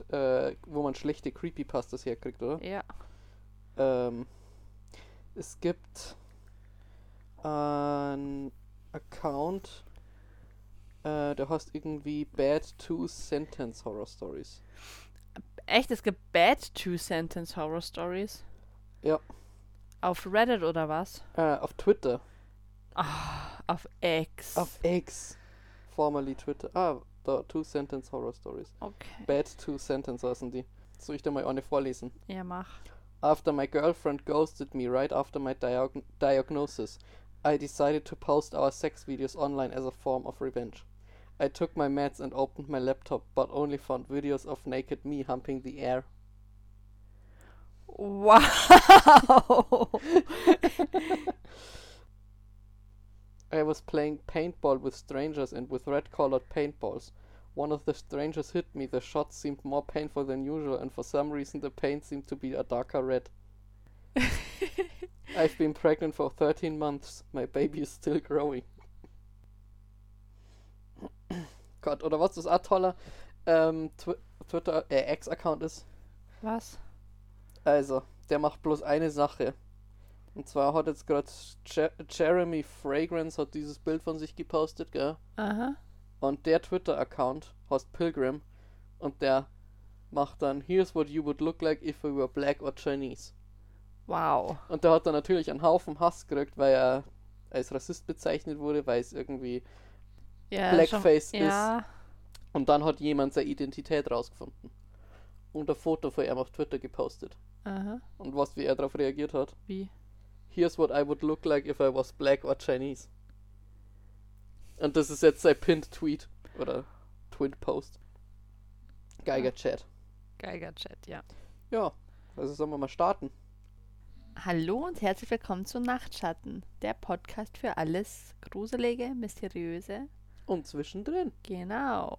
wo man schlechte Creepypastas herkriegt, oder? Ja. Es gibt einen Account, der heißt irgendwie Bad Two-Sentence Horror Stories. Echt, es gibt Bad Two-Sentence Horror Stories? Ja. Auf Reddit oder was? Auf Twitter. Auf X. Auf X. Formerly Twitter. Da, Two-Sentence Horror Stories. Okay. Bad Two-Sentence heißen die. Soll ich dir mal eine vorlesen? Ja, mach. After my girlfriend ghosted me right after my diagnosis, I decided to post our sex videos online as a form of revenge. I took my meds and opened my laptop, but only found videos of naked me humping the air. Wow. I was playing paintball with strangers and with red-colored paintballs. One of the strangers hit me, the shot seemed more painful than usual, and for some reason the paint seemed to be a darker red. I've been pregnant for 13 months. My baby is still growing. Gott, oder was das auch toller Twitter, X-Account ist? Was? Also, der macht bloß eine Sache. Und zwar hat jetzt gerade Jeremy Fragrance hat dieses Bild von sich gepostet, gell? Aha. Und der Twitter-Account heißt Pilgrim. Und der macht dann Here's what you would look like if you were black or Chinese. Wow. Und der hat dann natürlich einen Haufen Hass gekriegt, weil er als Rassist bezeichnet wurde, weil es irgendwie Ja, Blackface schon, ja. ist. Und dann hat jemand seine Identität rausgefunden. Und ein Foto von ihm auf Twitter gepostet. Aha. Und was, wie er darauf reagiert hat? Wie? Here's what I would look like if I was black or Chinese. Und das ist jetzt sein Pinned Tweet. Oder Tweet-Post. Geiger-Chat. Geiger-Chat, ja. Ja, also sollen wir mal starten. Hallo und herzlich willkommen zu Nachtschatten, der Podcast für alles Gruselige, Mysteriöse. Und zwischendrin. Genau.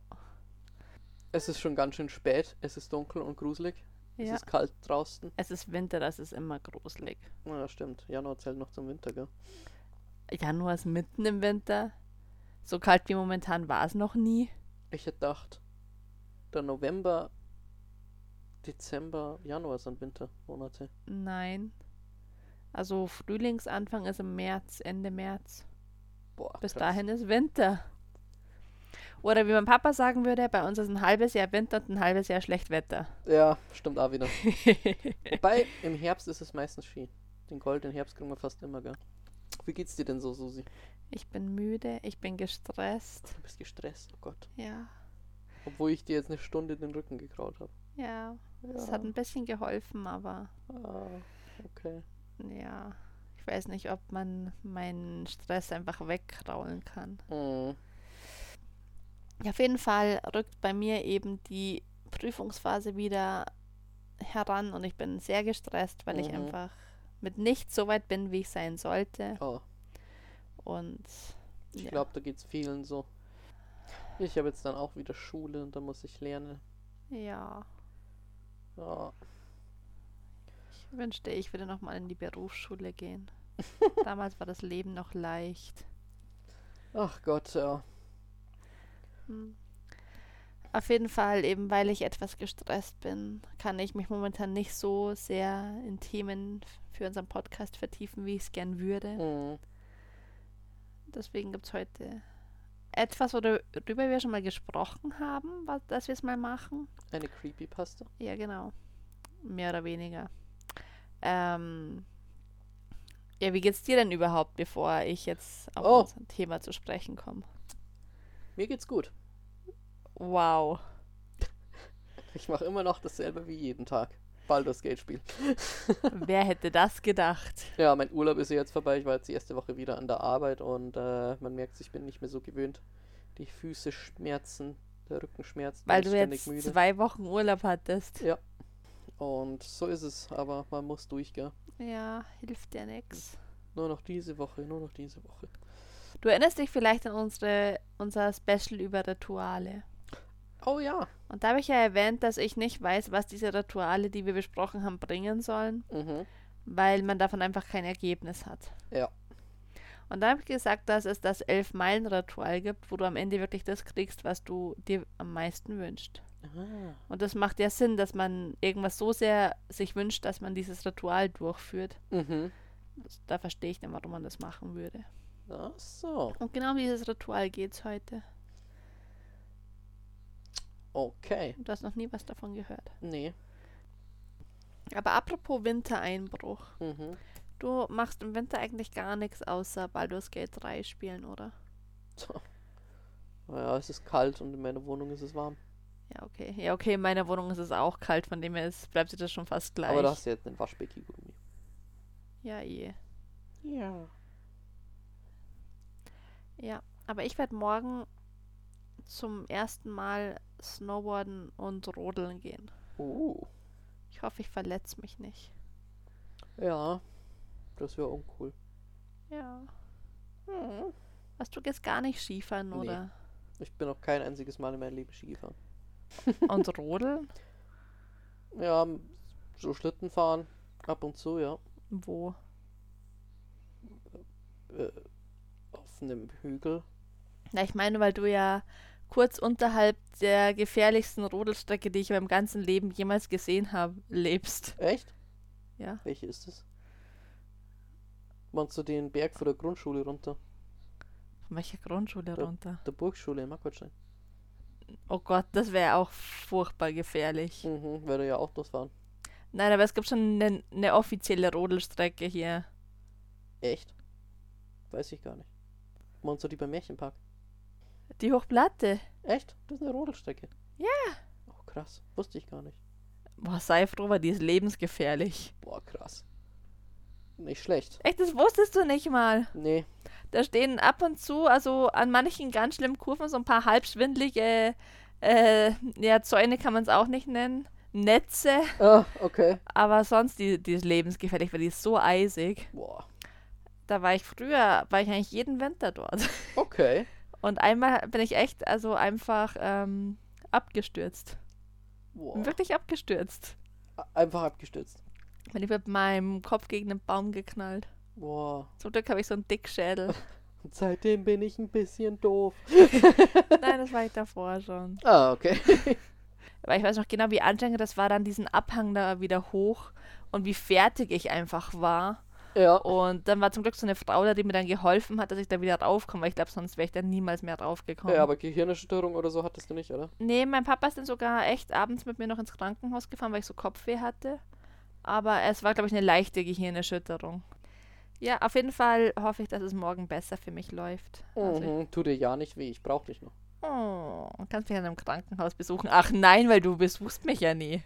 Es ist schon ganz schön spät. Es ist dunkel und gruselig. Ja. Es ist kalt draußen. Es ist Winter, das ist immer gruselig. Ja, stimmt. Januar zählt noch zum Winter, gell? Januar ist mitten im Winter. So kalt wie momentan war es noch nie. Ich hätte gedacht, der November, Dezember, Januar sind Wintermonate. Nein. Also Frühlingsanfang ist im März, Ende März. Boah, Bis krass. dahin ist Winter. Oder wie mein Papa sagen würde, bei uns ist ein halbes Jahr Winter und ein halbes Jahr Schlechtwetter. Ja, stimmt auch wieder. Wobei, im Herbst ist es meistens Ski. Den goldenen Herbst kriegen wir fast immer, gell? Wie geht's dir denn so, Susi? Ich bin müde, ich bin gestresst. Du bist gestresst, oh Gott. Ja, Obwohl ich dir jetzt eine Stunde den Rücken gekraut habe. ja. Es hat ein bisschen geholfen, aber Okay. ja, ich weiß nicht, ob man meinen Stress einfach wegkraulen kann. Mhm. Ja, auf jeden Fall rückt bei mir eben die Prüfungsphase wieder heran und ich bin sehr gestresst, weil ich einfach mit nichts so weit bin, wie ich sein sollte. Oh, Und ich ja. glaube, da geht's vielen so. Ich habe jetzt dann auch wieder Schule und da muss ich lernen. Ja, Ja. ich wünschte, ich würde nochmal in die Berufsschule gehen. Damals war das Leben noch leicht. Ach Gott, ja. Auf jeden Fall, eben weil ich etwas gestresst bin, kann ich mich momentan nicht so sehr in Themen für unseren Podcast vertiefen, wie ich es gern würde. Mhm. Deswegen gibt es heute etwas, worüber wir schon mal gesprochen haben, dass wir es mal machen. Eine Creepypasta. Ja, genau. Mehr oder weniger. Ja, wie geht's dir denn überhaupt, bevor ich jetzt auf unser Thema zu sprechen komme? Mir geht's gut. Wow. Ich mache immer noch dasselbe wie jeden Tag. Baldur's Gate Spiel. Wer hätte das gedacht? Ja, mein Urlaub ist ja jetzt vorbei. Ich war jetzt die erste Woche wieder an der Arbeit und man merkt, ich bin nicht mehr so gewöhnt. Die Füße schmerzen, der Rücken schmerzt. Weil man ist du ständig jetzt müde. 2 Wochen Urlaub hattest. Ja. Und so ist es, aber man muss durch, gell? Ja, hilft dir nix. Nur noch diese Woche, nur noch diese Woche. Du erinnerst dich vielleicht an unser Special über Rituale. Oh ja. Und da habe ich ja erwähnt, dass ich nicht weiß, was diese Rituale, die wir besprochen haben, bringen sollen, Mhm. weil man davon einfach kein Ergebnis hat. Ja. Und da habe ich gesagt, dass es das 11-Meilen-Ritual gibt, wo du am Ende wirklich das kriegst, was du dir am meisten wünschst. Ah. Und das macht ja Sinn, dass man irgendwas so sehr sich wünscht, dass man dieses Ritual durchführt. Mhm. Da verstehe ich nicht, warum man das machen würde. Ach so. Und genau um dieses Ritual geht es heute. Okay. Du hast noch nie was davon gehört. Nee. Aber apropos Wintereinbruch. Mhm. Du machst im Winter eigentlich gar nichts außer Baldur's Gate 3 spielen, oder? Naja, es ist kalt und in meiner Wohnung ist es warm. Ja, okay. Ja, okay, in meiner Wohnung ist es auch kalt, von dem her bleibt sich das schon fast gleich. Aber da hast du jetzt einen Waschbecken-Gummi. Ja, Ja. Ja, aber ich werde morgen zum ersten Mal Snowboarden und Rodeln gehen. Ich hoffe, ich verletze mich nicht. Ja. Das wäre uncool. Ja. Mhm. Was, du gehst gar nicht Skifahren, Nee. oder? Ich bin noch kein einziges Mal in meinem Leben Ski gefahren. Und Rodeln? Ja, so Schlitten fahren. Ab und zu, ja. Wo? Auf einem Hügel. Na, ich meine, weil du ja kurz unterhalb der gefährlichsten Rodelstrecke, die ich in meinem ganzen Leben jemals gesehen habe, lebst. Echt? Ja. Welche ist es? Meinst du den Berg von der Grundschule runter? Von welcher Grundschule runter? Der Burgschule in Markwartstein. Oh Gott, das wäre auch furchtbar gefährlich. Mhm, weil da ja Autos fahren. Nein, aber es gibt schon eine offizielle Rodelstrecke hier. Echt? Weiß ich gar nicht. Meinst du die beim Märchenpark? Die Hochplatte. Echt? Das ist eine Rodelstrecke. Ja. Oh, krass. Wusste ich gar nicht. Boah, sei froh, weil die ist lebensgefährlich. Boah, krass. Nicht schlecht. Echt, das wusstest du nicht mal. Nee. Da stehen ab und zu, also an manchen ganz schlimmen Kurven, so ein paar halbschwindelige, ja, Zäune kann man es auch nicht nennen. Netze. Ah, okay. Aber sonst, die ist lebensgefährlich, weil die ist so eisig. Boah. Da war ich eigentlich jeden Winter dort. Okay. Und einmal bin ich echt, also einfach abgestürzt. Boah. Bin wirklich abgestürzt. Einfach abgestürzt. Bin ich mit meinem Kopf gegen einen Baum geknallt. Boah. Zum Glück habe ich so einen Dickschädel. Und seitdem bin ich ein bisschen doof. Nein, das war ich davor schon. Ah, okay. Aber ich weiß noch genau, wie anstrengend das war, dann diesen Abhang da wieder hoch und wie fertig ich einfach war. Ja. Und dann war zum Glück so eine Frau da, die mir dann geholfen hat, dass ich da wieder raufkomme, weil ich glaube, sonst wäre ich dann niemals mehr raufgekommen. Ja, aber Gehirnerschütterung oder so hattest du nicht, oder? Nee, mein Papa ist dann sogar echt abends mit mir noch ins Krankenhaus gefahren, weil ich so Kopfweh hatte. Aber es war, glaube ich, eine leichte Gehirnerschütterung. Ja, auf jeden Fall hoffe ich, dass es morgen besser für mich läuft. Also Mhm. Tu dir ja nicht weh, ich brauch dich noch. kannst mich an einem Krankenhaus besuchen. Ach nein, weil du besuchst mich ja nie.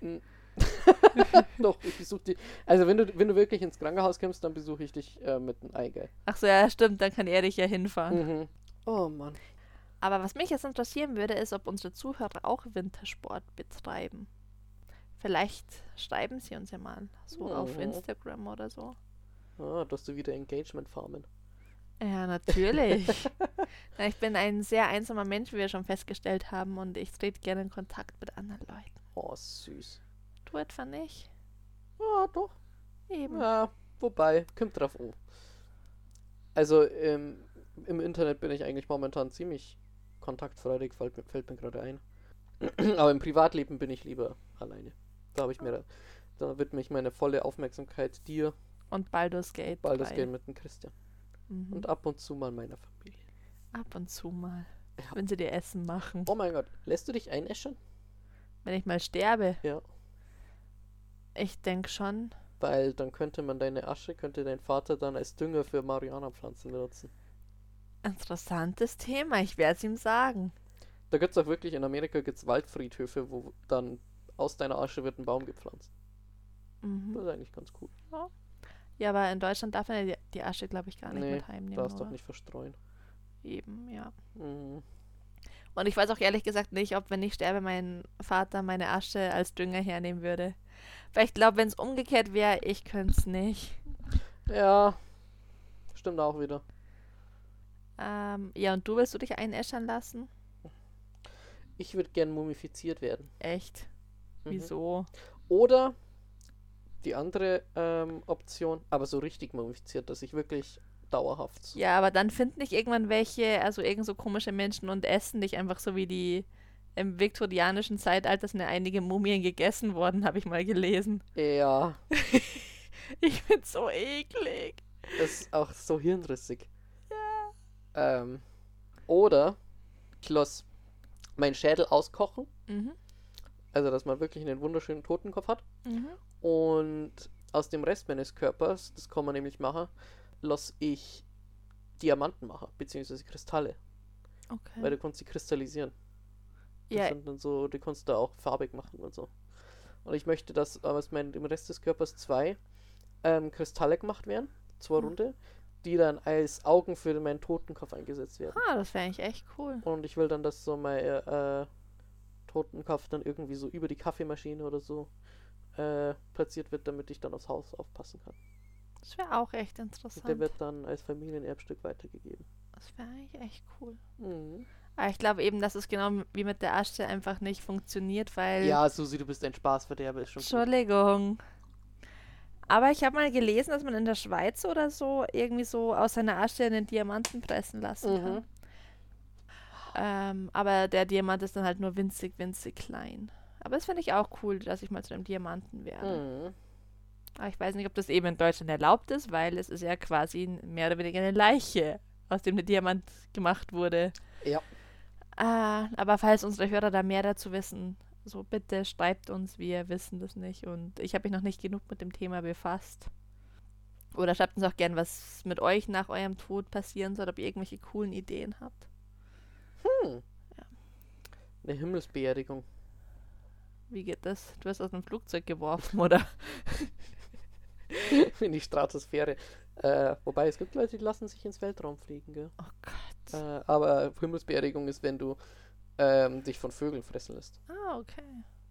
Doch, ich besuche dich. Also wenn du wirklich ins Krankenhaus kommst, dann besuche ich dich mit einem Eigelb. Ach so, ja, stimmt, dann kann er dich ja hinfahren. Mhm. Oh Mann. Aber was mich jetzt interessieren würde, ist, ob unsere Zuhörer auch Wintersport betreiben. Vielleicht schreiben sie uns ja mal so auf Instagram oder so. Ah, dass du wieder Engagement farmen. Ja, natürlich. Na, ich bin ein sehr einsamer Mensch, wie wir schon festgestellt haben, und ich trete gerne in Kontakt mit anderen Leuten. Oh, süß. Du etwa nicht? Ja, doch. Eben. Ja, wobei, kommt drauf an. Also, im Internet bin ich eigentlich momentan ziemlich kontaktfreudig, fällt mir gerade ein. Aber im Privatleben bin ich lieber alleine. Da widme ich meine volle Aufmerksamkeit dir, Und Baldur's Gate. Baldur's 3. Gate mit dem Christian. Mhm. Und ab und zu mal meiner Familie. Ab und zu mal. Ja. Wenn sie dir Essen machen. Oh mein Gott, lässt du dich einäschern? Wenn ich mal sterbe. Ja. Ich denke schon. Weil dann könnte dein Vater dann als Dünger für Marihuana-Pflanzen benutzen. Interessantes Thema, ich werde es ihm sagen. Da gibt es auch wirklich, in Amerika gibt's Waldfriedhöfe, wo dann aus deiner Asche wird ein Baum gepflanzt. Mhm. Das ist eigentlich ganz cool. Ja, aber in Deutschland darf man die Asche, glaube ich, gar nicht Nee, mit heimnehmen. darfst doch oder? nicht verstreuen. Eben, ja. Mhm. Und ich weiß auch ehrlich gesagt nicht, ob, wenn ich sterbe, mein Vater meine Asche als Dünger hernehmen würde. Weil ich glaube, wenn es umgekehrt wäre, ich könnte es nicht. Ja, stimmt auch wieder. Ja, und willst du dich einäschern lassen? Ich würde gern mumifiziert werden. Echt? Mhm. Wieso? Oder die andere Option, aber so richtig mumifiziert, dass ich wirklich dauerhaft. Ja, aber dann finden dich irgendwann welche, also irgend so komische Menschen und essen dich einfach so wie im viktorianischen Zeitalter sind ja einige Mumien gegessen worden, habe ich mal gelesen. Ja, Ich find's so eklig. das ist auch so hirnrissig. Oder Kloß, meinen Schädel auskochen, Mhm. also dass man wirklich einen wunderschönen Totenkopf hat. Mhm. Und aus dem Rest meines Körpers, das kann man nämlich machen, lass ich Diamanten machen, beziehungsweise Kristalle. Okay. Weil du kannst sie kristallisieren. Das Ja, sind dann so, die kannst du auch farbig machen und so. Und ich möchte, dass aus dem Rest des Körpers 2 Kristalle gemacht werden, 2 runde, die dann als Augen für meinen Totenkopf eingesetzt werden. das wäre eigentlich echt cool. Und ich will dann, dass so mein Totenkopf dann irgendwie so über die Kaffeemaschine oder so platziert wird, damit ich dann aufs Haus aufpassen kann. Das wäre auch echt Und der interessant. wird dann als Familienerbstück weitergegeben. Das wäre eigentlich echt cool. Mhm. Aber ich glaube eben, dass es genau wie mit der Asche einfach nicht funktioniert, weil... Ja, Susi, du bist ein Spaßverderber, ist schon gut. Entschuldigung. Aber ich habe mal gelesen, dass man in der Schweiz oder so irgendwie so aus seiner Asche einen Diamanten pressen lassen Mhm. kann. Aber der Diamant ist dann halt nur winzig, winzig klein. Aber das finde ich auch cool, dass ich mal zu einem Diamanten werde. Mhm. Aber ich weiß nicht, ob das eben in Deutschland erlaubt ist, weil es ist ja quasi mehr oder weniger eine Leiche, aus dem der Diamant gemacht wurde. Ja. Aber falls unsere Hörer da mehr dazu wissen, so bitte schreibt uns, wir wissen das nicht. Und ich habe mich noch nicht genug mit dem Thema befasst. Oder schreibt uns auch gern, was mit euch nach eurem Tod passieren soll, ob ihr irgendwelche coolen Ideen habt. Eine Himmelsbeerdigung. Wie geht das? Du wirst aus einem Flugzeug geworfen, oder? In die Stratosphäre. Wobei es gibt Leute, die lassen sich ins Weltraum fliegen, gell? Oh Gott. Aber Himmelsbeerdigung ist, wenn du dich von Vögeln fressen lässt. Okay.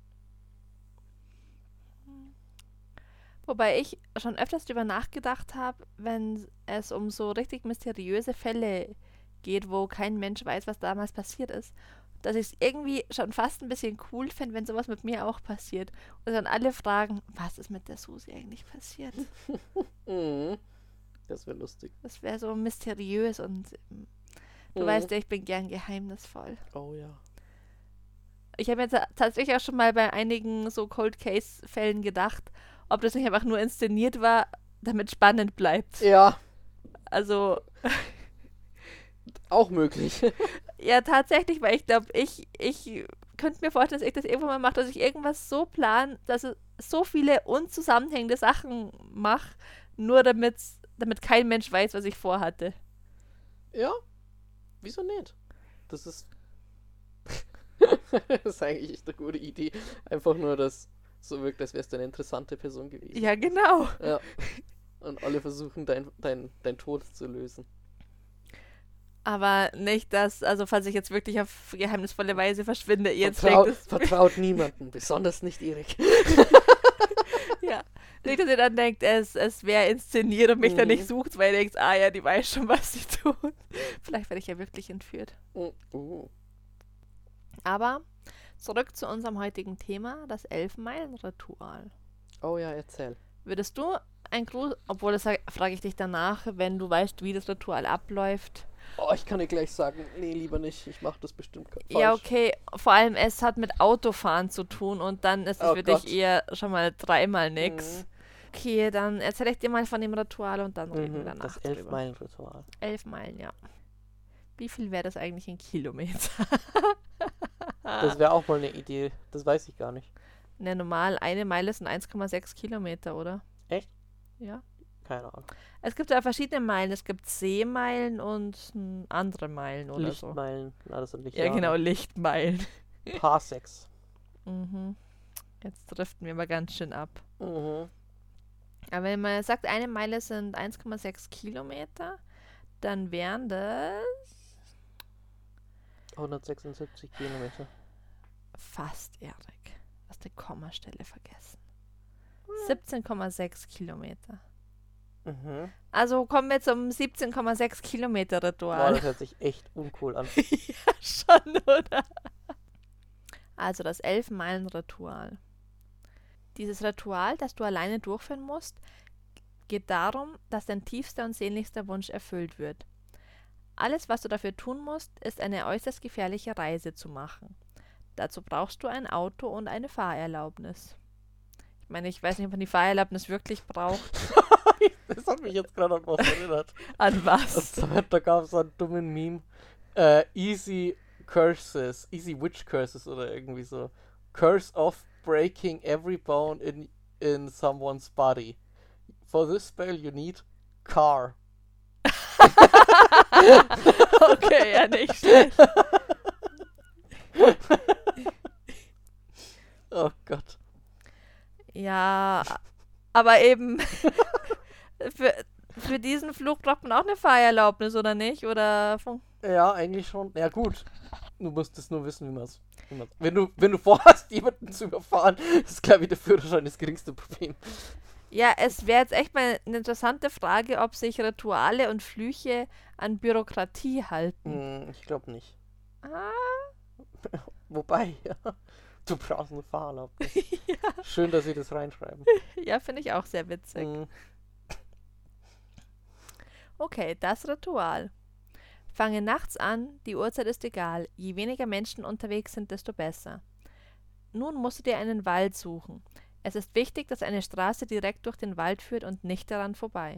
Wobei ich schon öfters darüber nachgedacht habe, wenn es um so richtig mysteriöse Fälle geht, wo kein Mensch weiß, was damals passiert ist, dass ich es irgendwie schon fast ein bisschen cool fände, wenn sowas mit mir auch passiert. Und dann alle fragen, was ist mit der Susi eigentlich passiert? Mhm. Das wäre lustig. Das wäre so mysteriös und du Mhm. weißt ja, ich bin gern geheimnisvoll. Oh ja. Ich habe jetzt tatsächlich auch schon mal bei einigen so Cold Case Fällen gedacht, ob das nicht einfach nur inszeniert war, damit spannend bleibt. Ja, Also, auch möglich. ja, tatsächlich, weil ich glaube, ich könnte mir vorstellen, dass ich das irgendwann mal mache, dass ich irgendwas so plan, dass es so viele unzusammenhängende Sachen mache, nur damit kein Mensch weiß, was ich vorhatte. Ja, wieso nicht? Das ist das ist eigentlich echt eine gute Idee. Einfach nur, dass so wirkt, als wärst du eine interessante Person gewesen. Ja, genau. Ja. Und alle versuchen, dein Tod zu lösen. Aber nicht, dass, also falls ich jetzt wirklich auf geheimnisvolle Weise verschwinde, ihr jetzt denkt, es, Vertraut niemanden, besonders nicht Erik. ja, nicht, dass ihr dann denkt, es wäre inszeniert und mich dann Mhm. nicht sucht, weil ihr denkt, ja, die weiß schon, was sie tut. Vielleicht werde ich ja wirklich entführt. Aber zurück zu unserem heutigen Thema, das Elfmeilen-Ritual. Oh ja, erzähl. Würdest du ein Gruß, obwohl das frage ich dich danach, wenn du weißt, wie das Ritual abläuft. Oh, ich kann dir gleich sagen, nee, lieber nicht. Ich mache das bestimmt falsch. Ja, okay, vor allem es hat mit Autofahren zu tun und dann ist es Oh für Gott. dich eher schon mal dreimal nix. Mhm. Okay, dann erzähle ich dir mal von dem Ritual und dann reden wir Mhm, danach das drüber. 11-Meilen-Ritual. 11 Meilen, ja. Wie viel wäre das eigentlich in Kilometer? Das wäre auch mal eine Idee. Das weiß ich gar nicht. Ne, normal, eine Meile sind 1,6 Kilometer, oder? Echt? Ja. Keine Ahnung. Es gibt ja verschiedene Meilen. Es gibt Seemeilen und andere Meilen oder Lichtmeilen. Na, das sind so. Lichtjahre. Ja, genau, Lichtmeilen. Parsecs. Mhm. Jetzt driften wir mal ganz schön ab. Mhm. Aber wenn man sagt, eine Meile sind 1,6 Kilometer, dann wären das 176 Kilometer. fast, Erik. Du hast die Kommastelle vergessen. 17,6 Kilometer. Mhm. Also kommen wir zum 17,6 Kilometer Boah, Ritual. das hört sich echt uncool an. Ja, schon, oder? Also das 11-Meilen-Ritual. Dieses Ritual, das du alleine durchführen musst, geht darum, dass dein tiefster und sehnlichster Wunsch erfüllt wird. Alles, was du dafür tun musst, ist eine äußerst gefährliche Reise zu machen. Dazu brauchst du ein Auto und eine Fahrerlaubnis. Ich meine, ich weiß nicht, ob man die Fahrerlaubnis wirklich braucht. Das hat mich jetzt gerade an was erinnert. An was? Da gab es so einen dummen Meme. Easy Curses, Easy Witch Curses oder irgendwie so. Curse of breaking every bone in someone's body. For this spell you need car. Okay, ja, nicht schlecht. Oh Gott. Ja, aber eben für diesen Fluch braucht man auch eine Fahrerlaubnis, oder nicht? Oder Ja, eigentlich schon. Ja gut. Du musst es nur wissen, wie man es. Wenn du vorhast, jemanden zu überfahren, ist klar, wie der Führerschein das geringste Problem. ja, es wäre jetzt echt mal eine interessante Frage, ob sich Rituale und Flüche an Bürokratie halten. Ich glaube nicht. Ah, Wobei, ja. Du brauchst eine Fahrerlaubnis. Schön, dass sie das reinschreiben. ja, finde ich auch sehr witzig. Okay, das Ritual. Fange nachts an, die Uhrzeit ist egal. Je weniger Menschen unterwegs sind, desto besser. Nun musst du dir einen Wald suchen. Es ist wichtig, dass eine Straße direkt durch den Wald führt und nicht daran vorbei.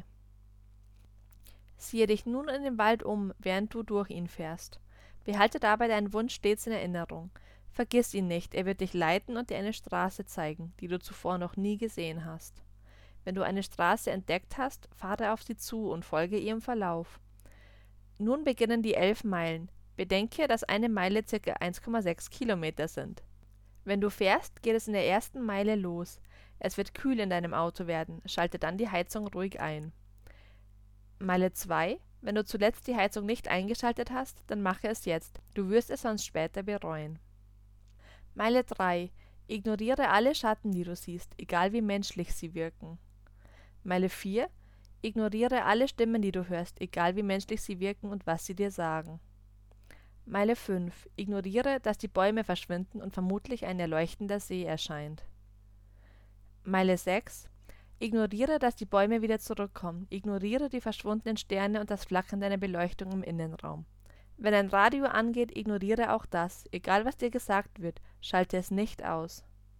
Siehe dich nun in den Wald um, während du durch ihn fährst. Behalte dabei deinen Wunsch stets in Erinnerung. Vergiss ihn nicht, er wird dich leiten und dir eine Straße zeigen, die du zuvor noch nie gesehen hast. Wenn du eine Straße entdeckt hast, fahre auf sie zu und folge ihrem Verlauf. Nun beginnen die 11 Meilen. Bedenke, dass eine Meile ca. 1,6 Kilometer sind. Wenn du fährst, geht es in der ersten Meile los. Es wird kühl in deinem Auto werden, schalte dann die Heizung ruhig ein. Meile 2. Wenn du zuletzt die Heizung nicht eingeschaltet hast, dann mache es jetzt. Du wirst es sonst später bereuen. Meile 3. Ignoriere alle Schatten, die du siehst, egal wie menschlich sie wirken. Meile 4. Ignoriere alle Stimmen, die du hörst, egal wie menschlich sie wirken und was sie dir sagen. Meile 5. Ignoriere, dass die Bäume verschwinden und vermutlich ein erleuchtender See erscheint. Meile 6. Ignoriere, dass die Bäume wieder zurückkommen. Ignoriere die verschwundenen Sterne und das Flackern deiner Beleuchtung im Innenraum. Wenn ein Radio angeht, ignoriere auch das. Egal was dir gesagt wird, schalte es nicht aus.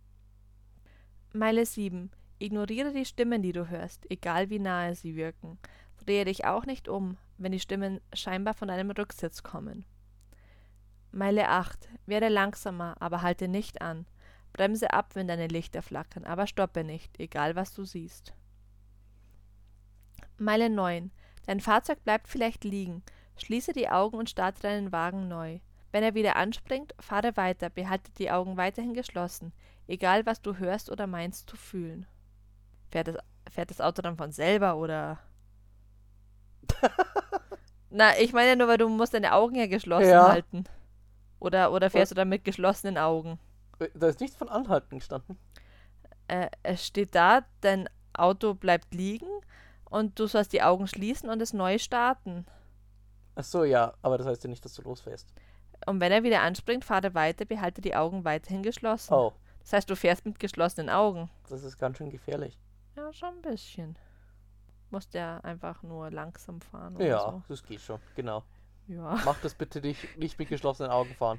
Meile 7. Ignoriere die Stimmen, die du hörst, egal wie nahe sie wirken. Drehe dich auch nicht um, wenn die Stimmen scheinbar von deinem Rücksitz kommen. Meile 8. Werde langsamer, aber halte nicht an. Bremse ab, wenn deine Lichter flackern, aber stoppe nicht, egal was du siehst. Meile 9. Dein Fahrzeug bleibt vielleicht liegen. Schließe die Augen und starte deinen Wagen neu. Wenn er wieder anspringt, fahre weiter, behalte die Augen weiterhin geschlossen, egal was du hörst oder meinst zu fühlen. Fährt das Auto dann von selber, oder? Na, ich meine nur, weil du musst deine Augen ja geschlossen halten. Oder fährst du dann mit geschlossenen Augen? Da ist nichts von Anhalten gestanden. Es steht da, dein Auto bleibt liegen und du sollst die Augen schließen und es neu starten. Ach so, ja, aber das heißt ja nicht, dass du losfährst. Und wenn er wieder anspringt, fahre weiter, behalte die Augen weiterhin geschlossen. Oh. Das heißt, du fährst mit geschlossenen Augen. Das ist ganz schön gefährlich. Ja, schon ein bisschen. Musst ja einfach nur langsam fahren Ja, so. das geht schon, genau. Ja. Mach das bitte nicht mit geschlossenen Augen fahren.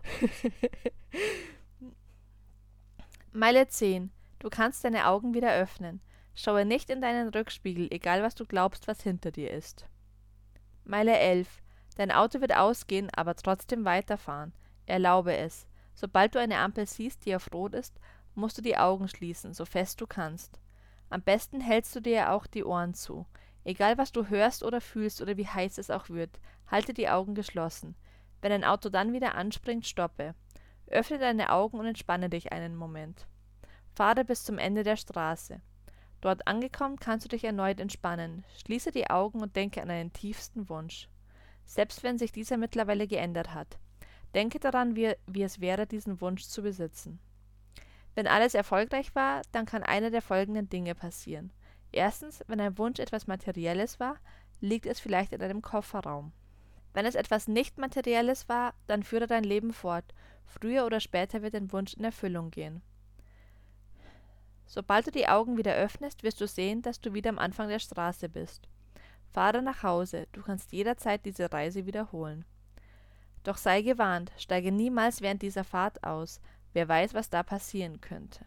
Meile 10. Du kannst deine Augen wieder öffnen. Schaue nicht in deinen Rückspiegel, egal was du glaubst, was hinter dir ist. Meile 11. Dein Auto wird ausgehen, aber trotzdem weiterfahren. Erlaube es. Sobald du eine Ampel siehst, die auf Rot ist, musst du die Augen schließen, so fest du kannst. Am besten hältst du dir auch die Ohren zu. Egal was du hörst oder fühlst oder wie heiß es auch wird, halte die Augen geschlossen. Wenn ein Auto dann wieder anspringt, stoppe. Öffne deine Augen und entspanne dich einen Moment. Fahre bis zum Ende der Straße. Dort angekommen kannst du dich erneut entspannen. Schließe die Augen und denke an deinen tiefsten Wunsch. Selbst wenn sich dieser mittlerweile geändert hat. Denke daran, wie es wäre, diesen Wunsch zu besitzen. Wenn alles erfolgreich war, dann kann eine der folgenden Dinge passieren. Erstens, wenn ein Wunsch etwas Materielles war, liegt es vielleicht in einem Kofferraum. Wenn es etwas Nicht-Materielles war, dann führe dein Leben fort. Früher oder später wird dein Wunsch in Erfüllung gehen. Sobald du die Augen wieder öffnest, wirst du sehen, dass du wieder am Anfang der Straße bist. Fahre nach Hause, du kannst jederzeit diese Reise wiederholen. Doch sei gewarnt, steige niemals während dieser Fahrt aus. Wer weiß, was da passieren könnte.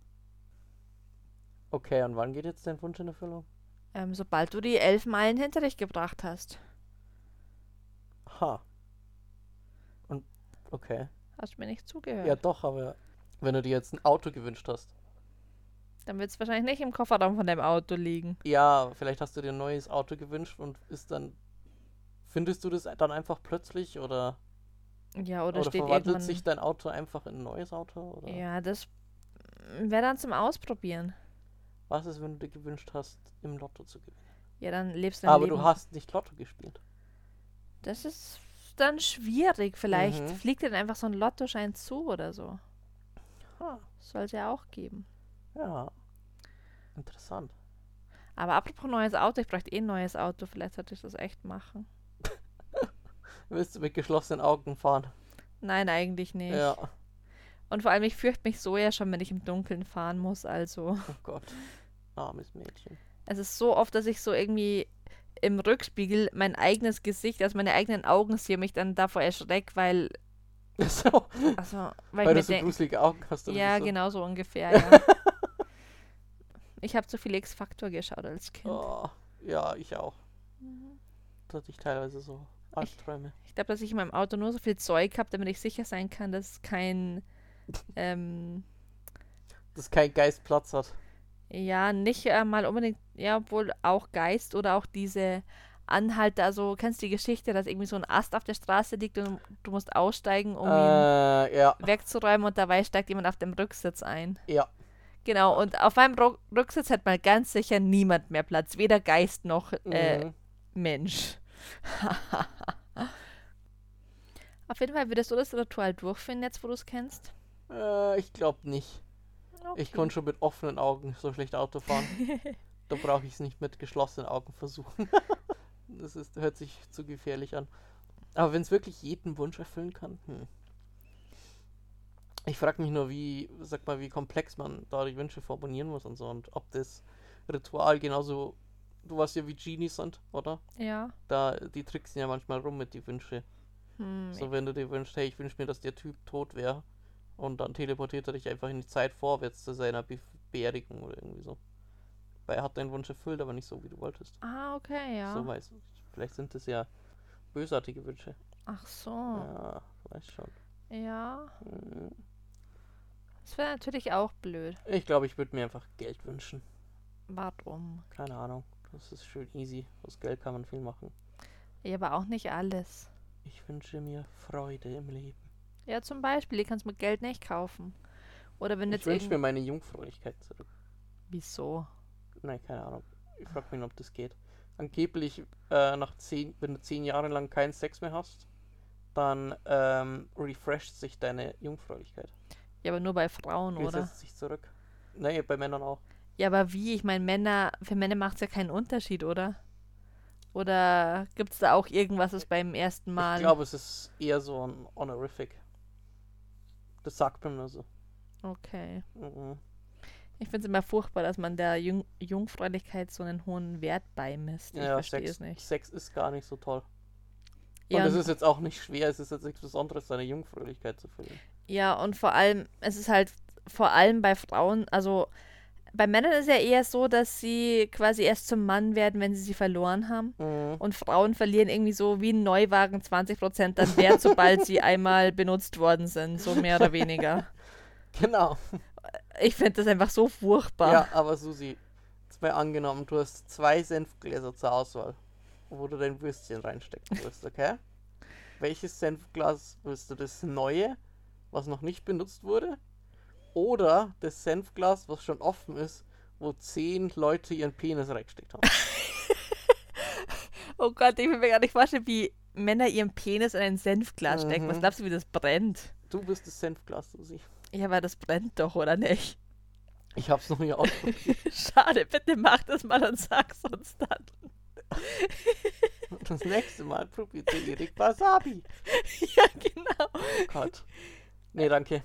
Okay, und wann geht jetzt dein Wunsch in Erfüllung? Sobald du die 11 Meilen hinter dich gebracht hast. Ha. Und, okay. Hast du mir nicht zugehört? Ja doch, aber wenn du dir jetzt ein Auto gewünscht hast. Dann wird es wahrscheinlich nicht im Kofferraum von deinem Auto liegen. Ja, vielleicht hast du dir ein neues Auto gewünscht und findest du das dann einfach plötzlich oder Ja, oder steht verwandelt irgendwann... sich dein Auto einfach in ein neues Auto? Oder? Ja, das wäre dann zum Ausprobieren. Was ist, wenn du dir gewünscht hast, im Lotto zu gewinnen? Ja, dann lebst du dein Aber Leben. du hast nicht Lotto gespielt. Das ist dann schwierig. Vielleicht Mhm. fliegt dir dann einfach so ein Lottoschein zu oder so. Ha, Soll es ja auch geben. ja. Interessant. Aber apropos neues Auto, ich bräuchte ein neues Auto. Vielleicht sollte ich das echt machen. Willst du mit geschlossenen Augen fahren? Nein, eigentlich nicht. Ja. Und vor allem, ich fürchte mich so ja schon, wenn ich im Dunkeln fahren muss. Also, Oh Gott. Armes Mädchen. es ist so oft, dass ich so irgendwie im Rückspiegel mein eigenes Gesicht, also meine eigenen Augen sehe, mich dann davor erschrecke, weil, So, also, weil ich du mir so denke, gruselige Augen hast. Oder ja, so. genau so ungefähr, ja. Ich habe zu viel X-Factor geschaut als Kind. Oh, ja, ich auch. Da hatte ich teilweise so Albträume. Ich glaube, dass ich in meinem Auto nur so viel Zeug habe, damit ich sicher sein kann, dass kein, Dass kein Geist Platz hat. ja, nicht mal unbedingt, ja, obwohl auch Geist oder auch diese Anhalter, also kennst du die Geschichte, dass irgendwie so ein Ast auf der Straße liegt und du musst aussteigen, um ihn Ja, wegzuräumen und dabei steigt jemand auf dem Rücksitz ein. ja. Genau, und auf meinem Rücksitz hat mal ganz sicher niemand mehr Platz, weder Geist noch Mhm. Mensch. Auf jeden Fall würdest du das Ritual durchführen, jetzt wo du es kennst? Ich glaube nicht. Ich konnte schon mit offenen Augen so schlecht Auto fahren. Da brauche ich es nicht mit geschlossenen Augen versuchen. Hört sich zu gefährlich an. Aber wenn es wirklich jeden Wunsch erfüllen kann, Ich frage mich nur, wie komplex man da die Wünsche formulieren muss und so. Und ob das Ritual genauso, du weißt ja, wie Genies sind, oder? Ja. Die tricksen ja manchmal rum mit die Wünsche. Hm, So, wenn du dir wünschst, hey, ich wünsche mir, dass der Typ tot wäre. Und dann teleportiert er dich einfach in die Zeit vorwärts zu seiner Beerdigung oder irgendwie so. Weil er hat deinen Wunsch erfüllt, aber nicht so, wie du wolltest. okay, ja. So weißt du. Vielleicht sind das ja bösartige Wünsche. Ach so. Ja, weiß schon. Ja. Hm. Das wäre natürlich auch blöd. Ich glaube, ich würde mir einfach Geld wünschen. Warum? Keine Ahnung. Das ist schön easy. Aus Geld kann man viel machen. Ja, aber auch nicht alles. Ich wünsche mir Freude im Leben. Ja, zum Beispiel, die kannst du mit Geld nicht kaufen. Oder wenn Ich jetzt wünsche mir meine Jungfräulichkeit zurück. Wieso? Nein, keine Ahnung. Ich frage mich, ob das geht. Angeblich, wenn du 10 Jahre lang keinen Sex mehr hast, dann refresht sich deine Jungfräulichkeit. Ja, aber nur bei Frauen, Die oder? setzt sich zurück. Nein, bei Männern auch. Ja, aber wie? Ich meine, für Männer macht es ja keinen Unterschied, oder? Oder gibt es da auch irgendwas, das beim ersten Mal... Ich glaube, es ist eher so ein Honorific. Das sagt man nur so. Okay. Mhm. Ich finde es immer furchtbar, dass man der Jungfräulichkeit so einen hohen Wert beimisst. Ich Ja, verstehe es nicht. Sex ist gar nicht so toll. Ja, Und es ist jetzt auch nicht schwer, es ist jetzt nichts Besonderes, seine Jungfräulichkeit zu verlieren. ja, und vor allem, es ist halt vor allem bei Frauen, also bei Männern ist ja eher so, dass sie quasi erst zum Mann werden, wenn sie verloren haben. Mhm. Und Frauen verlieren irgendwie so wie ein Neuwagen 20% an Wert, sobald sie einmal benutzt worden sind, so mehr oder weniger. Genau. Ich finde das einfach so furchtbar. Ja, aber Susi, jetzt mal angenommen, du hast 2 Senfgläser zur Auswahl, wo du dein Würstchen reinstecken wirst, okay? Welches Senfglas willst du? Das neue, was noch nicht benutzt wurde? Oder das Senfglas, was schon offen ist, wo 10 Leute ihren Penis reingesteckt haben? Oh Gott, ich will mir gar nicht vorstellen, wie Männer ihren Penis in ein Senfglas stecken. Was Mhm. glaubst du, wie das brennt? Du bist das Senfglas, Susi. Ja, aber das brennt doch, oder nicht? Ich hab's noch nie ausprobiert. Schade, bitte mach das mal und sag's uns dann. Das nächste Mal probiert der Erik Wasabi. Ja, genau. Oh Gott. Nee, danke.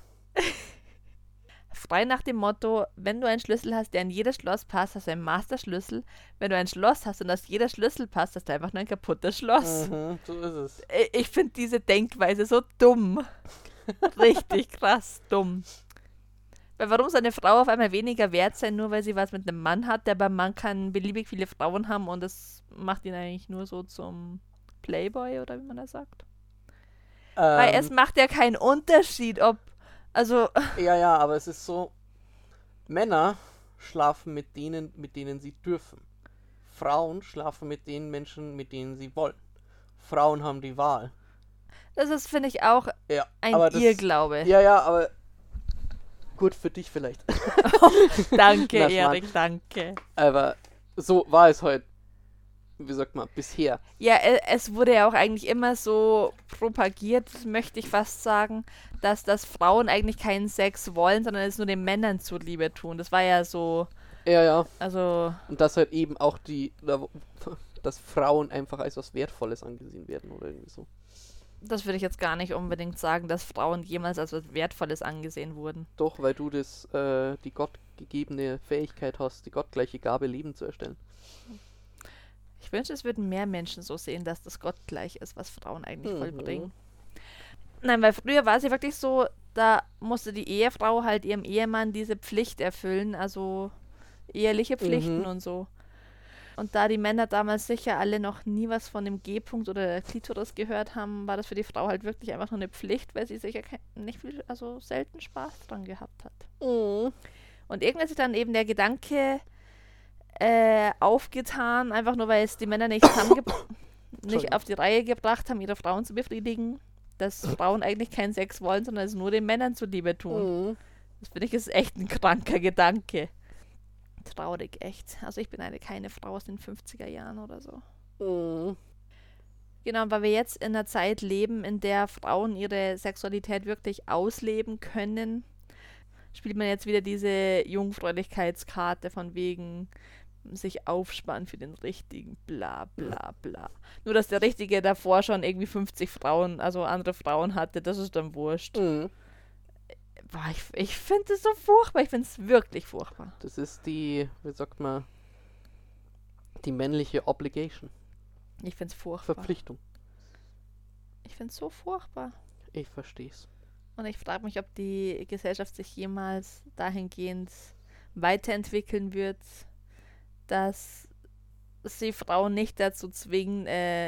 Frei nach dem Motto, wenn du einen Schlüssel hast, der in jedes Schloss passt, hast du einen Masterschlüssel. Wenn du ein Schloss hast und aus jeder Schlüssel passt, hast du einfach nur ein kaputtes Schloss. Mhm, so ist es. Ich finde diese Denkweise so dumm. Richtig krass dumm. Weil warum soll eine Frau auf einmal weniger wert sein, nur weil sie was mit einem Mann hat? Der beim Mann kann beliebig viele Frauen haben und das macht ihn eigentlich nur so zum Playboy oder wie man das sagt. Weil es macht ja keinen Unterschied, ob, also, Ja, aber es ist so, Männer schlafen mit denen sie dürfen. Frauen schlafen mit den Menschen, mit denen sie wollen. Frauen haben die Wahl. das ist, finde ich, auch Ja, ein aber Irrglaube. Ja, aber gut für dich vielleicht. Danke, Na, Erik, danke. Aber so war es heute, wie sagt man, bisher. Ja, es wurde ja auch eigentlich immer so propagiert, möchte ich fast sagen, dass Frauen eigentlich keinen Sex wollen, sondern es nur den Männern zuliebe tun. Das war ja so, Ja. also, Und dass halt eben auch dass Frauen einfach als was Wertvolles angesehen werden oder irgendwie so. das würde ich jetzt gar nicht unbedingt sagen, dass Frauen jemals als was Wertvolles angesehen wurden. Doch, weil du die gottgegebene Fähigkeit hast, die gottgleiche Gabe, Leben zu erstellen. Ich wünsche, es würden mehr Menschen so sehen, dass das gottgleich ist, was Frauen eigentlich vollbringen. Nein, weil früher war es ja wirklich so, da musste die Ehefrau halt ihrem Ehemann diese Pflicht erfüllen, also eheliche Pflichten und so. Und da die Männer damals sicher alle noch nie was von dem G-Punkt oder der Klitoris gehört haben, war das für die Frau halt wirklich einfach nur eine Pflicht, weil sie sicher nicht viel, also selten Spaß dran gehabt hat. Und irgendwann ist sich dann eben der Gedanke aufgetan, einfach nur weil es die Männer nicht nicht auf die Reihe gebracht haben, ihre Frauen zu befriedigen, dass Frauen eigentlich keinen Sex wollen, sondern es nur den Männern zuliebe tun. Das finde ich ist echt ein kranker Gedanke. Traurig, echt. Also ich bin keine Frau aus den 50er Jahren oder so. Genau, weil wir jetzt in einer Zeit leben, in der Frauen ihre Sexualität wirklich ausleben können, spielt man jetzt wieder diese Jungfräulichkeitskarte von wegen sich aufspannen für den Richtigen, bla bla bla. Nur, dass der Richtige davor schon irgendwie 50 Frauen, also andere Frauen hatte, das ist dann wurscht. Boah, ich finde es so furchtbar, ich finde es wirklich furchtbar. Das ist wie sagt man, die männliche Obligation. Ich finde es furchtbar. Verpflichtung. Ich finde es so furchtbar. Ich versteh's. Und ich frage mich, ob die Gesellschaft sich jemals dahingehend weiterentwickeln wird, dass sie Frauen nicht dazu zwingen,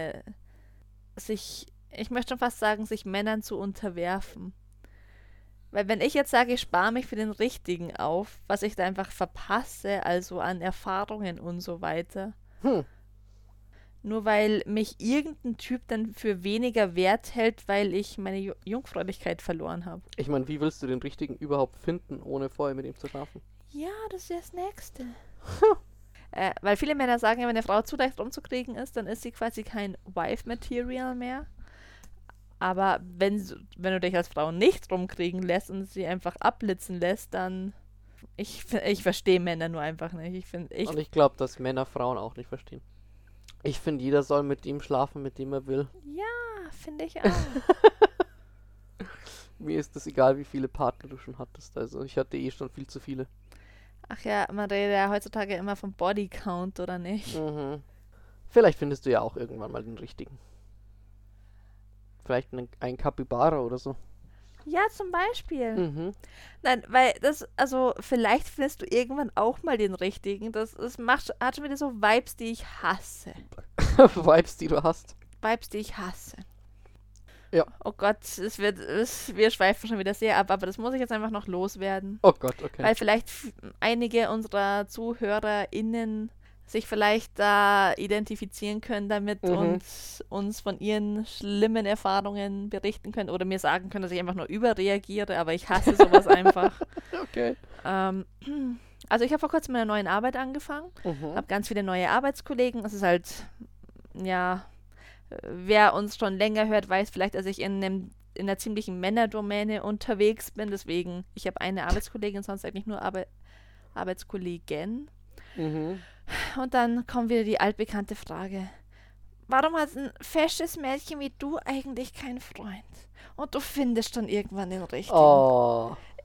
ich möchte schon fast sagen, sich Männern zu unterwerfen. Weil wenn ich jetzt sage, ich spare mich für den Richtigen auf, was ich da einfach verpasse, also an Erfahrungen und so weiter, nur weil mich irgendein Typ dann für weniger wert hält, weil ich meine Jungfräulichkeit verloren habe. Ich meine, wie willst du den Richtigen überhaupt finden, ohne vorher mit ihm zu schlafen? Ja, das ist ja das Nächste. Weil viele Männer sagen, ja, wenn eine Frau zu leicht rumzukriegen ist, dann ist sie quasi kein Wife-Material mehr. Aber wenn du dich als Frau nicht rumkriegen lässt und sie einfach abblitzen lässt, dann... Ich verstehe Männer nur einfach nicht. Und ich glaube, dass Männer Frauen auch nicht verstehen. Ich finde, jeder soll mit ihm schlafen, mit dem er will. Ja, finde ich auch. Mir ist es egal, wie viele Partner du schon hattest. Also ich hatte schon viel zu viele. Ach ja, man redet ja heutzutage immer vom Bodycount, oder nicht? Vielleicht findest du ja auch irgendwann mal den Richtigen. Vielleicht ein Capybara oder so. Ja, zum Beispiel. Nein, weil vielleicht findest du irgendwann auch mal den Richtigen. Das hat schon wieder so Vibes, die ich hasse. Vibes, die du hast. Vibes, die ich hasse. Ja. Oh Gott, wir schweifen schon wieder sehr ab, aber das muss ich jetzt einfach noch loswerden. Oh Gott, okay. Weil vielleicht einige unserer ZuhörerInnen sich vielleicht da identifizieren können damit und uns von ihren schlimmen Erfahrungen berichten können oder mir sagen können, dass ich einfach nur überreagiere, aber ich hasse sowas einfach. Okay. Also ich habe vor kurzem mit einer neuen Arbeit angefangen, habe ganz viele neue Arbeitskollegen. Es ist halt, ja, wer uns schon länger hört, weiß vielleicht, dass ich in einer ziemlichen Männerdomäne unterwegs bin, deswegen, ich habe eine Arbeitskollegin, sonst eigentlich nur Arbeitskollegin. Und dann kommt wieder die altbekannte Frage. Warum hat ein fesches Mädchen wie du eigentlich keinen Freund? Und du findest dann irgendwann den Richtigen. Oh.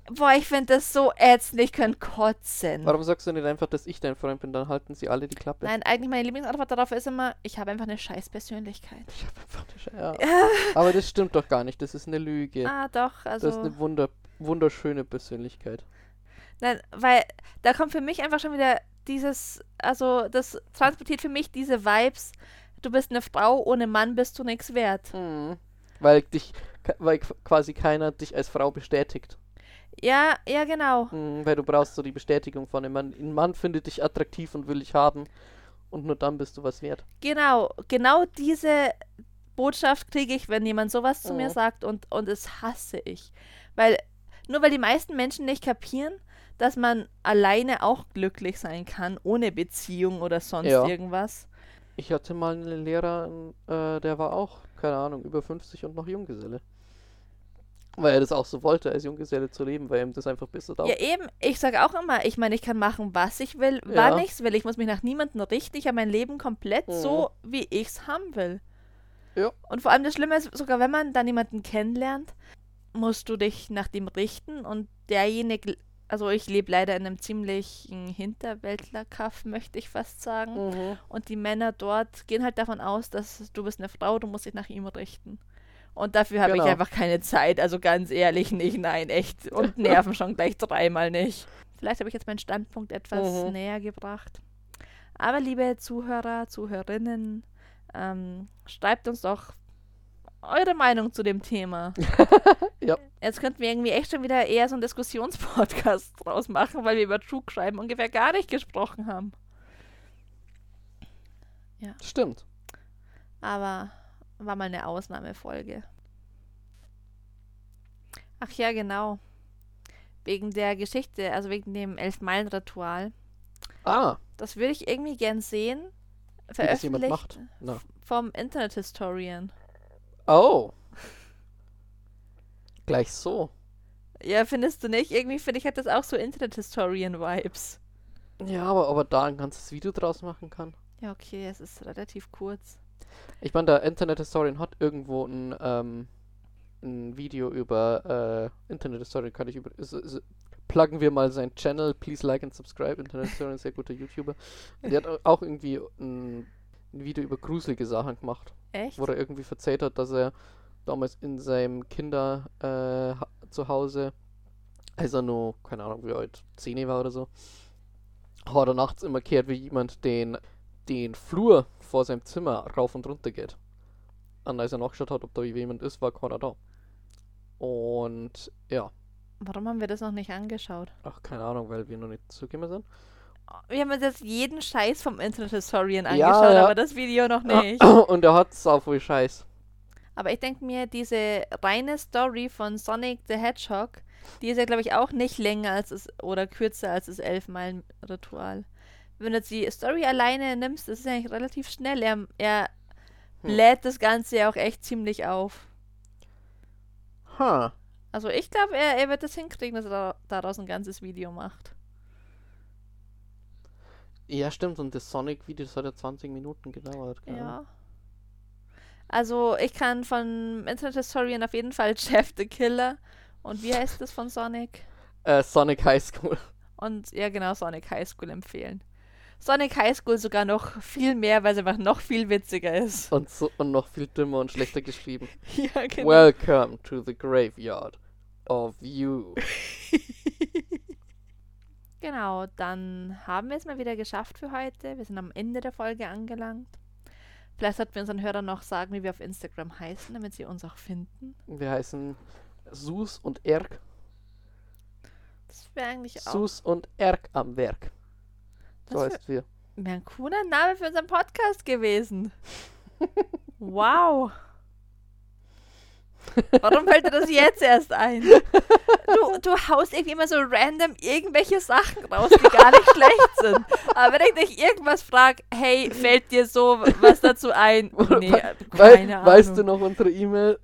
Boah, ich finde das so ätzend, ich könnte kotzen. Warum sagst du nicht einfach, dass ich dein Freund bin? Dann halten sie alle die Klappe. Nein, eigentlich meine Lieblingsantwort darauf ist immer, ich habe einfach eine scheiß Persönlichkeit. Ich hab einfach ja. Aber das stimmt doch gar nicht. Das ist eine Lüge. Doch, Das ist also... eine wunderschöne Persönlichkeit. Nein, weil da kommt für mich einfach schon wieder dieses, also das transportiert für mich diese Vibes, du bist eine Frau, ohne Mann bist du nichts wert. Mhm. Weil quasi keiner dich als Frau bestätigt. Ja, genau. Weil du brauchst so die Bestätigung von einem Mann. Ein Mann findet dich attraktiv und will dich haben. Und nur dann bist du was wert. Genau diese Botschaft kriege ich, wenn jemand sowas zu mir sagt und es hasse ich. Nur weil die meisten Menschen nicht kapieren, dass man alleine auch glücklich sein kann, ohne Beziehung oder sonst irgendwas. Ich hatte mal einen Lehrer, der war auch, keine Ahnung, über 50 und noch Junggeselle. Weil er das auch so wollte, als Junggeselle zu leben, weil ihm das einfach besser taugt. Ja, eben. Ich sage auch immer, ich meine, ich kann machen, was ich will, wann ich's will. Ich muss mich nach niemandem richten. Ich habe mein Leben komplett so, wie ich's haben will. Ja. Und vor allem das Schlimme ist, sogar wenn man dann jemanden kennenlernt, musst du dich nach dem richten und derjenige, also ich lebe leider in einem ziemlichen Hinterwäldlerkaff, möchte ich fast sagen. Und die Männer dort gehen halt davon aus, dass du bist eine Frau, du musst dich nach ihm richten. Und dafür habe ich einfach keine Zeit, also ganz ehrlich nicht, nein, echt. Und nerven schon gleich 3-mal nicht. Vielleicht habe ich jetzt meinen Standpunkt etwas näher gebracht. Aber liebe Zuhörer, Zuhörerinnen, schreibt uns doch eure Meinung zu dem Thema. Ja. Jetzt könnten wir irgendwie echt schon wieder eher so einen Diskussionspodcast draus machen, weil wir über True Crime ungefähr gar nicht gesprochen haben. Ja. Stimmt. Aber war mal eine Ausnahmefolge. Ach ja, genau. Wegen der Geschichte, also wegen dem 11-Meilen-Ritual. Das würde ich irgendwie gern sehen. Wie das jemand macht. No. Vom Internet-Historian. Oh. Gleich so. Ja, findest du nicht? Irgendwie finde ich, hat das auch so Internet-Historian-Vibes. Ja, aber da ein ganzes Video draus machen kann. Ja, okay, es ist relativ kurz. Ich meine, der Internet-Historian hat irgendwo ein Video über Internet-Historian, kann ich pluggen wir mal seinen Channel, please like and subscribe, Internet-Historian, sehr guter YouTuber. Der hat auch irgendwie ein Video über gruselige Sachen gemacht. Echt? Wo er irgendwie erzählt hat, dass er damals in seinem Zuhause, als er nur, keine Ahnung, wie alt, 10 war oder so, hat er nachts immer gehört, wie jemand den Flur vor seinem Zimmer rauf und runter geht. Und als er nachgeschaut hat, ob da jemand ist, war keiner da. Und ja. Warum haben wir das noch nicht angeschaut? Ach, keine Ahnung, weil wir noch nicht zugekommen sind. Wir haben uns jetzt jeden Scheiß vom Internet Historian angeschaut, aber das Video noch nicht. Und er hat sau viel Scheiß. Aber ich denke mir, diese reine Story von Sonic the Hedgehog, die ist ja, glaube ich, auch nicht länger oder kürzer als das 11-Meilen-Ritual. Wenn du jetzt die Story alleine nimmst, das ist eigentlich relativ schnell. Er bläht das Ganze ja auch echt ziemlich auf. Also ich glaube, er wird das hinkriegen, dass er daraus ein ganzes Video macht. Ja, stimmt. Und das Sonic-Video, das hat ja 20 Minuten gedauert. Ja. Also ich kann von Internet Historian auf jeden Fall Jeff the Killer. Und wie heißt das von Sonic? Sonic High School. Und ja, genau, Sonic High School empfehlen. Sonic High School sogar noch viel mehr, weil es einfach noch viel witziger ist. Und noch viel dümmer und schlechter geschrieben. Ja, genau. Welcome to the graveyard of you. Genau, dann haben wir es mal wieder geschafft für heute. Wir sind am Ende der Folge angelangt. Vielleicht sollten wir unseren Hörern noch sagen, wie wir auf Instagram heißen, damit sie uns auch finden. Wir heißen Sus und Erk. Das wäre eigentlich auch... Sus und Erk am Werk. So heißt wir. Wäre ein cooler Name für unseren Podcast gewesen. Wow. Warum fällt dir das jetzt erst ein? Du haust irgendwie immer so random irgendwelche Sachen raus, die gar nicht schlecht sind. Aber wenn ich dich irgendwas frage, hey, fällt dir so was dazu ein? Nee, keine Ahnung. Weißt du noch unsere E-Mail?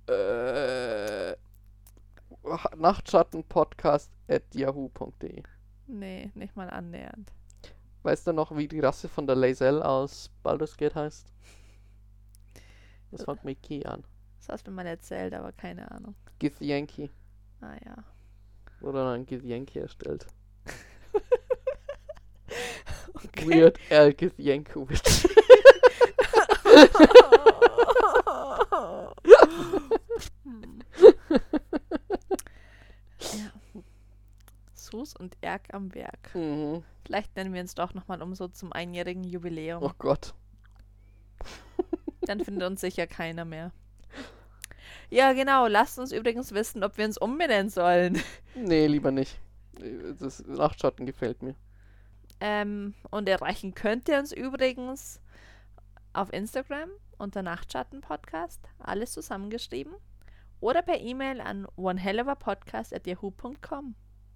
Nachtschattenpodcast@yahoo.de. Nee, nicht mal annähernd. Weißt du noch, wie die Rasse von der Lae'zel aus Baldur's Gate heißt? Das fängt mit G an. Das hast du mir mal erzählt, aber keine Ahnung. Githyanki. Ah ja. Oder ein Githyanki erstellt. Okay. Weird Al Githyankiewicz. Ja. Sus und Erk am Werk. Mhm. Vielleicht nennen wir uns doch nochmal um so zum einjährigen Jubiläum. Oh Gott. Dann findet uns sicher keiner mehr. Ja, genau. Lasst uns übrigens wissen, ob wir uns umbenennen sollen. Nee, lieber nicht. Das Nachtschatten gefällt mir. Und erreichen könnt ihr uns übrigens auf Instagram unter Nachtschatten-Podcast, alles zusammengeschrieben, oder per E-Mail an onehelloverpodcast@yahoo.com.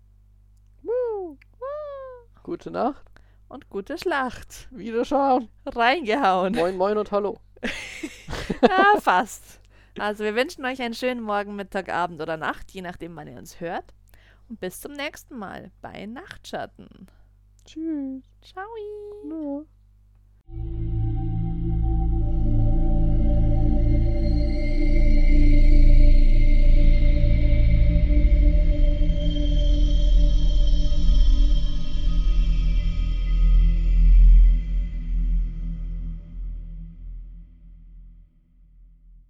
Gute Nacht. Und gute Schlacht. Wiederschauen. Reingehauen. Moin, moin und hallo. Ja, fast. Also wir wünschen euch einen schönen Morgen, Mittag, Abend oder Nacht, je nachdem, wann ihr uns hört. Und bis zum nächsten Mal bei Nachtschatten. Tschüss. Ciao. Ja.